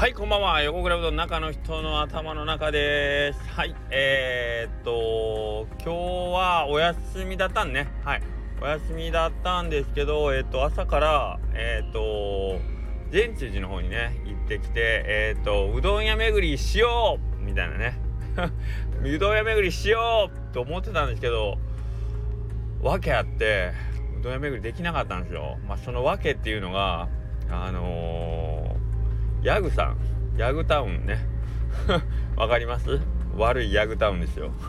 はい、こんばんは。横倉うどん中の人の頭の中です。はい、今日はお休みだったんね。はい、お休みだったんですけど、朝から善通寺の方にね行ってきて、うどん屋巡りしようみたいなねうどん屋巡りしようと思ってたんですけど、訳あってうどん屋巡りできなかったんですよ。その訳っていうのがヤグさん、ヤグタウンねわかります？悪いヤグタウンですよ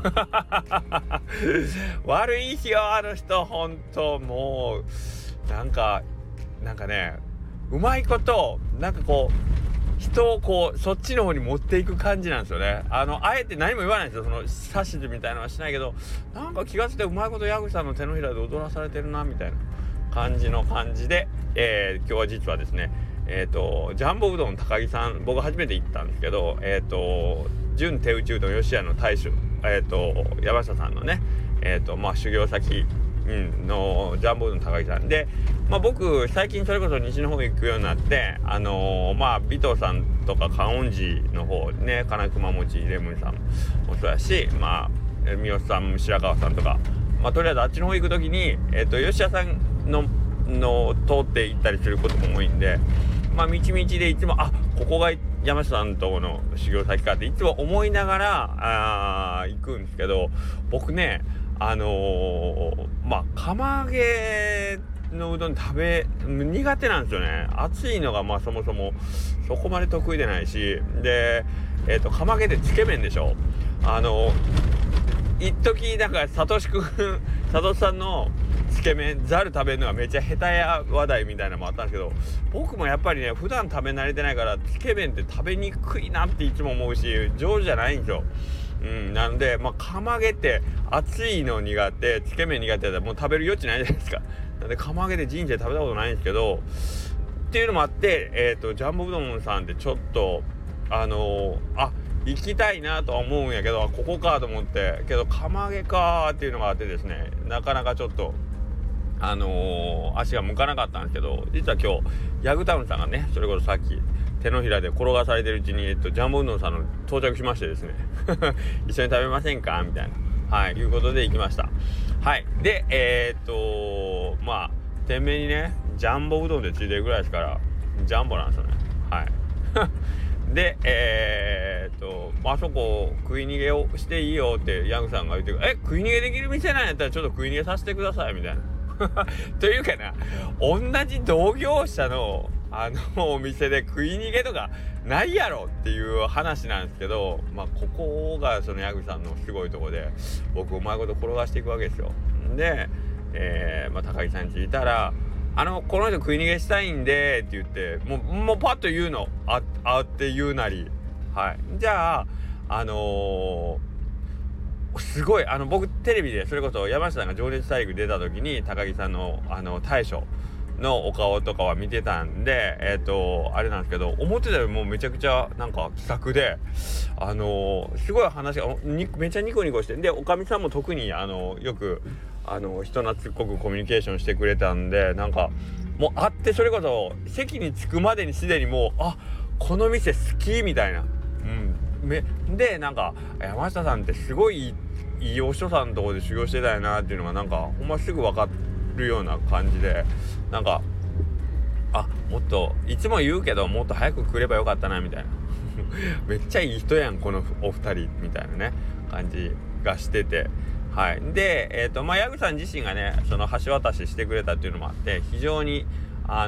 悪いしよ、あの人。ほんともうなんかね、うまいこと人をそっちの方に持っていく感じなんですよね。あえて何も言わないんですよ。その指図みたいなのはしないけど、なんか気がついてうまいことヤグさんの手のひらで踊らされてるなみたいな感じで、今日は実はですね、ジャンボうどん高木さん、僕初めて行ったんですけど、純手打ちうどん吉屋の大将、山下さんのね、修行先、のジャンボうどん高木さんで、僕最近それこそ西の方行くようになって、尾藤さんとか観音寺の方ね、金熊餅レモンさんもそうやし、三好さん、白川さんとか、とりあえずあっちの方行くときに、吉屋さんの通って行ったりすることも多いんで、道でいつもここが山下さんとの修行先かっていつも思いながら行くんですけど、僕ね釜揚げのうどん苦手なんですよね。熱いのがそもそもそこまで得意でないし、で釜揚げでつけ麺でしょ。一時サトシさんのつけ麺ざる食べるのがめっちゃ下手や話題みたいなのもあったんですけど、僕もやっぱりね普段食べ慣れてないからつけ麺って食べにくいなっていつも思うし、上手じゃないんですよ。なので釜揚げって熱いの苦手、つけ麺苦手だったらもう食べる余地ないじゃないですか。なので釜揚げで人生食べたことないんですけどっていうのもあって、ジャンボうどんさんってちょっと行きたいなとは思うんやけど、ここかと思ってけど釜揚げかっていうのがあってですね、なかなかちょっと足が向かなかったんですけど、実は今日ヤグタウンさんがね、それこそさっき手のひらで転がされてるうちに、ジャンボうどんさんの到着しましてですね一緒に食べませんかみたいないうことで行きました。で店名にねジャンボうどんでついてるぐらいですからジャンボなんですよね。であそこ食い逃げをしていいよってヤグさんが言って、食い逃げできる店なんやったらちょっと食い逃げさせてくださいみたいなというかな、同じ同業者のお店で食い逃げとかないやろっていう話なんですけど、ここがそのヤグさんのすごいとこで、僕うまいこと転がしていくわけですよ。で、高木さんに聞いたらこの人食い逃げしたいんでって言って、もうパッと言うのって言うなり、じゃあすごい僕テレビでそれこそ山下さんが情熱大陸出た時に高木さんの大将のお顔とかは見てたんで、あれなんですけど、思ってたよりもめちゃくちゃ気さくで、すごい話がめちゃニコニコして、でおかみさんも特によく人懐っこくコミュニケーションしてくれたんで、もう会ってそれこそ席に着くまでにすでにもうこの店好きみたいな、で山下さんってすごいいいお師匠さんのところで修行してたよなっていうのがほんますぐ分かるような感じで、もっといつも言うけどもっと早く来ればよかったなみたいなめっちゃいい人やんこのお二人みたいなね感じがしてて、でヤグさん自身がねその橋渡ししてくれたっていうのもあって、非常にアッ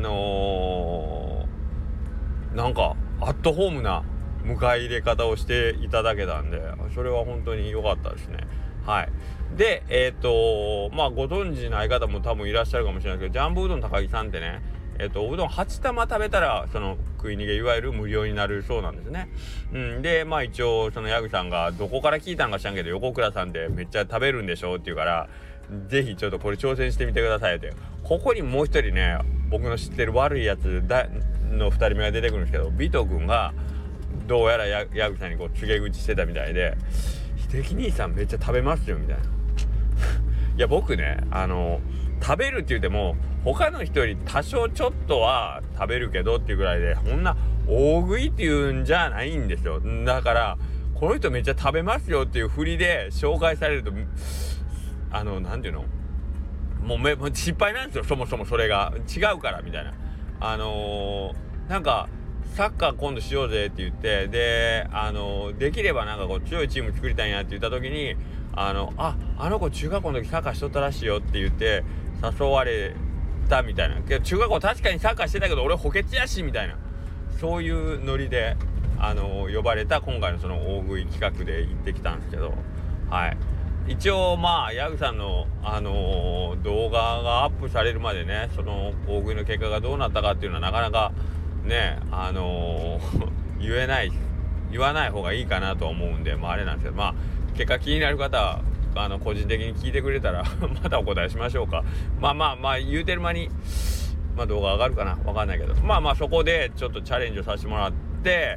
トホームな迎え入れ方をしていただけたんで、それは本当に良かったですね。でご存知の相方も多分いらっしゃるかもしれないけど、ジャンボうどん高木さんってねうどん8玉食べたらその食い逃げいわゆる無料になるそうなんですね。で一応そのヤグさんがどこから聞いたんか知らんけど、横倉さんでめっちゃ食べるんでしょって言うから、ぜひちょっとこれ挑戦してみてくださいって。ここにもう一人ね僕の知ってる悪いやつの2人目が出てくるんですけど、ビト君がどうやらヤグさんに告げ口してたみたいで、秀樹兄さんめっちゃ食べますよみたいないや僕ね食べるって言っても他の人より多少ちょっとは食べるけどっていうぐらいで、こんな大食いっていうんじゃないんですよ。だからこの人めっちゃ食べますよっていう振りで紹介されるとなんていうの、もう失敗なんですよ。そもそもそれが違うからみたいな。なんかサッカー今度しようぜって言って、でできればなんかこう強いチーム作りたいなって言った時にあの子中学校の時サッカーしとったらしいよって言って誘われたみたいな。けど中学校確かにサッカーしてたけど俺補欠やしみたいな、そういうノリで呼ばれた今回のその大食い企画で行ってきたんですけど、はい、一応まあヤグさんの動画がアップされるまでね、その大食いの結果がどうなったかっていうのはなかなかね言わない方がいいかなと思うんで、まああれなんですけど、まあ結果気になる方は個人的に聞いてくれたらまたお答えしましょうか。まあ言うてる間に動画上がるかなわかんないけど、まあそこでちょっとチャレンジをさせてもらって、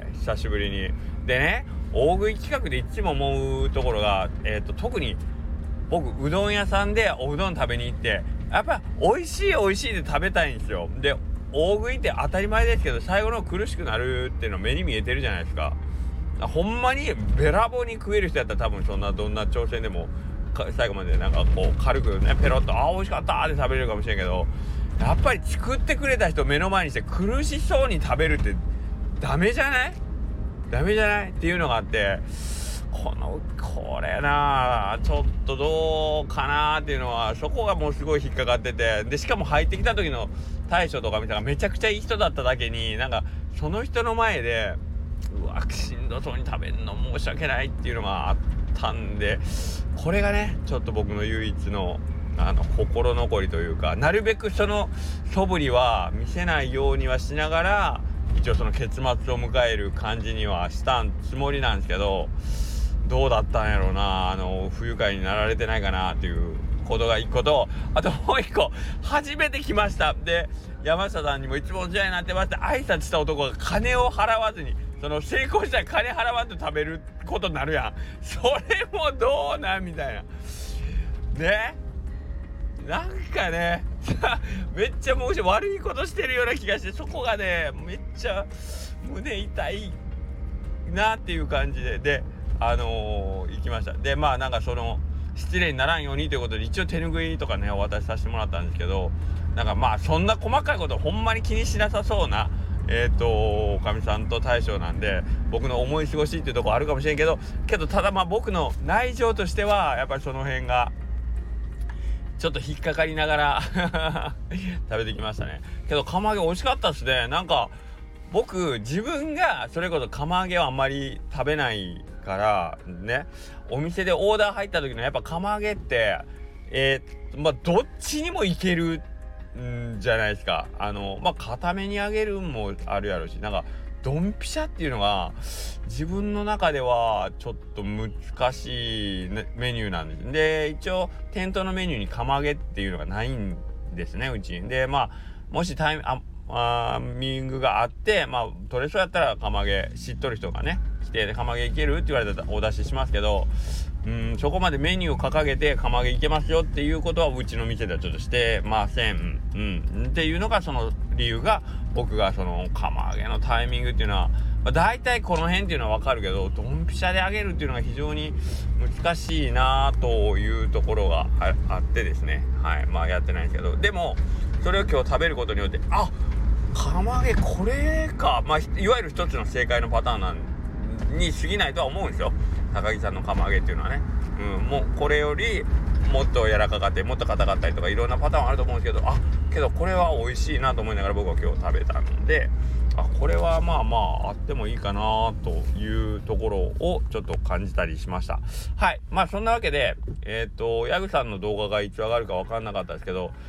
久しぶりにでね、大食い企画でいつも思うところが、特に僕うどん屋さんでおうどん食べに行ってやっぱり美味しいで食べたいんですよ。で大食いって当たり前ですけど最後の苦しくなるっていうの目に見えてるじゃないですか。ほんまにべらぼうに食える人やったら多分そんなどんな挑戦でも最後までなんかこう軽くねペロッと美味しかったって食べれるかもしれんけど、やっぱり作ってくれた人目の前にして苦しそうに食べるってダメじゃないっていうのがあって、これなちょっとどうかなっていうのは、そこがもうすごい引っかかってて、でしかも入ってきた時の大将とか見たらめちゃくちゃいい人だっただけに、なんかその人の前でしんどそうに食べるの申し訳ないっていうのがあったんで、これがねちょっと僕の唯一の心残りというか、なるべくその素振りは見せないようにはしながら一応その結末を迎える感じにはしたつもりなんですけど、どうだったんやろうな、不愉快になられてないかなっていうことが一個と、あともう一個、初めて来ましたで山下さんにもいつもお世話になってまして、挨拶した男が金を払わずに、その成功したら金払わんと食べることになるやん。それもどうなんみたいなね、なんかねめっちゃもう悪いことしてるような気がして、そこがねめっちゃ胸痛いなっていう感じで行きました。でなんかその失礼にならんようにということで一応手拭いとかねお渡しさせてもらったんですけど、なんかそんな細かいことほんまに気にしなさそうなおかみさんと大将なんで、僕の思い過ごしっていうところあるかもしれんけどただ僕の内情としてはやっぱりその辺がちょっと引っかかりながら食べてきましたね。けど釜揚げ美味しかったですね。なんか僕自分がそれこそ釜揚げはあんまり食べないからね、お店でオーダー入った時のやっぱ釜揚げってどっちにもいけるんじゃないですか。固めに揚げるもあるやろし、なんかドンピシャっていうのが自分の中ではちょっと難しい、ね、メニューなんです。で一応店頭のメニューに釜揚げっていうのがないんですね、うちで。もしタイミングがあって取れそうやったら釜揚げ知っとる人がね来て釜揚げいけるって言われたらお出ししますけど、そこまでメニューを掲げて釜揚げいけますよっていうことはうちの店ではちょっとしてません、っていうのがその理由が、僕がその釜揚げのタイミングっていうのは大体この辺っていうのは分かるけど、ドンピシャで揚げるっていうのが非常に難しいなというところが あってですね、はいやってないんですけど、でもそれを今日食べることによって釜揚げこれか、いわゆる一つの正解のパターンに過ぎないとは思うんですよ、高木さんの釜揚げっていうのはね。もうこれよりもっと柔らかかったりもっと硬かったりとかいろんなパターンあると思うんですけど、けどこれは美味しいなと思いながら僕は今日食べたので、これはあってもいいかなというところをちょっと感じたりしました。はい、そんなわけでヤグさんの動画がいつ上がるか分かんなかったですけど、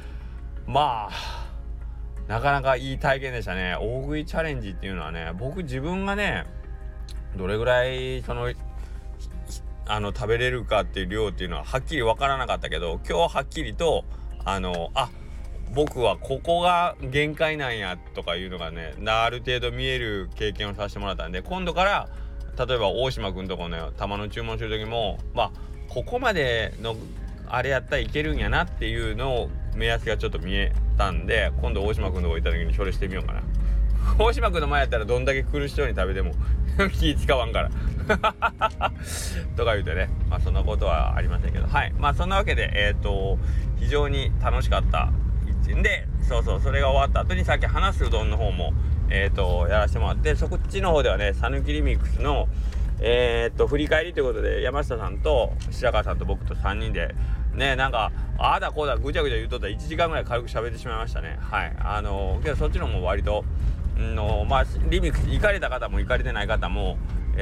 なかなかいい体験でしたね。大食いチャレンジっていうのはね、僕自分がねどれぐらい食べれるかっていう量っていうのははっきり分からなかったけど、今日はっきりと僕はここが限界なんやとかいうのがねある程度見える経験をさせてもらったんで、今度から例えば大島くんとこの玉の注文する時もここまでのあれやったらいけるんやなっていうのを目安がちょっと見えたんで、今度大島君のとこ行った時にそれしてみようかな。大島君の前やったらどんだけ苦しそうに食べても気使わんからとか言うてね、まあそんなことはありませんけど、はい、まあそんなわけで非常に楽しかった一日で、それが終わった後にさっき話すうどんの方もやらせてもらって、そっちの方ではね、さぬきリミックスの振り返りということで山下さんと白川さんと僕と3人でね、なんかああだこうだぐちゃぐちゃ言うとったら1時間ぐらい軽く喋ってしまいましたね。はい、けどそっちのも割とまあリミックス行かれた方も行かれてない方も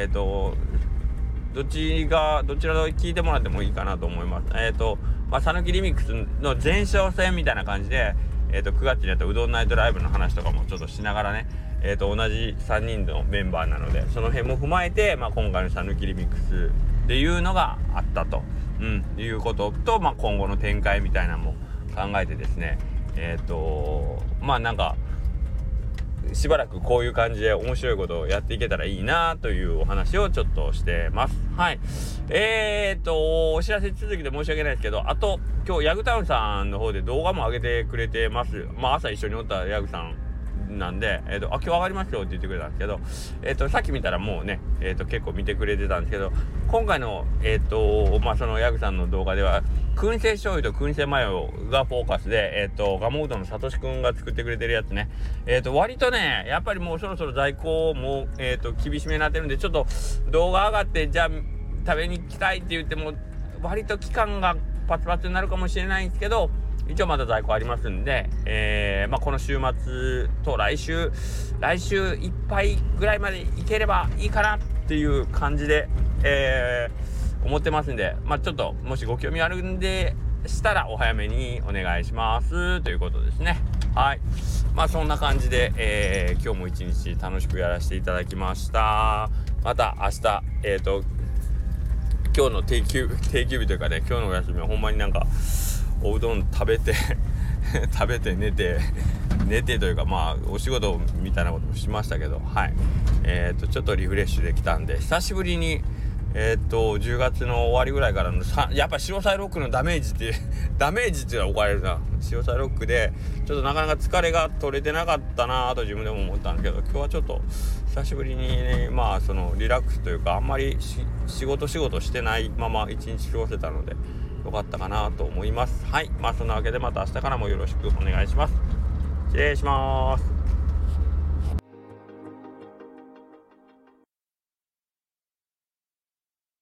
どちらと聞いてもらってもいいかなと思います。まあさぬきリミックスの前哨戦みたいな感じで9月にやったうどんナイトライブの話とかもちょっとしながらね、同じ3人のメンバーなので、その辺も踏まえて、まあ、今回のさぬきリミックスっていうのがあったと、いうことと、まあ、今後の展開みたいなのも考えてですね、まあなんかしばらくこういう感じで面白いことをやっていけたらいいなというお話をちょっとしてます。はい。お知らせ続きで申し訳ないですけど、あと今日ヤグタウンさんの方で動画も上げてくれてます。まあ朝一緒におったヤグさんなんで、今日上がりますよって言ってくれたんですけど、さっき見たらもうね、結構見てくれてたんですけど、今回のまあそのヤグさんの動画では燻製醤油と燻製マヨがフォーカスで、ガモうどんのさとしくんが作ってくれてるやつね、割とねやっぱりもうそろそろ在庫も厳しめになってるんで、ちょっと動画上がってじゃあ食べに来たいって言っても割と期間がパツパツになるかもしれないんですけど、一応まだ在庫ありますんで、まあ、この週末と来週いっぱいぐらいまでいければいいかなっていう感じで、思ってますんで、まあ、ちょっともしご興味あるんでしたらお早めにお願いしますということですね。はい、まあそんな感じで、今日も一日楽しくやらせていただきました。また明日今日の定休日というかね、今日のお休みはほんまになんかおうどん食べて寝てというか、まあお仕事みたいなこともしましたけど、はい、ちょっとリフレッシュできたんで、久しぶりに10月の終わりぐらいからのやっぱ潮騒ロックのダメージっていうのは怒られるな。潮騒ロックでちょっとなかなか疲れが取れてなかったなと自分でも思ったんですけど、今日はちょっと久しぶりにね、まあそのリラックスというか、あんまり仕事してないまま一日過ごせたのでよかったかなと思います。はい、まあそんなわけでまた明日からもよろしくお願いします。失礼します。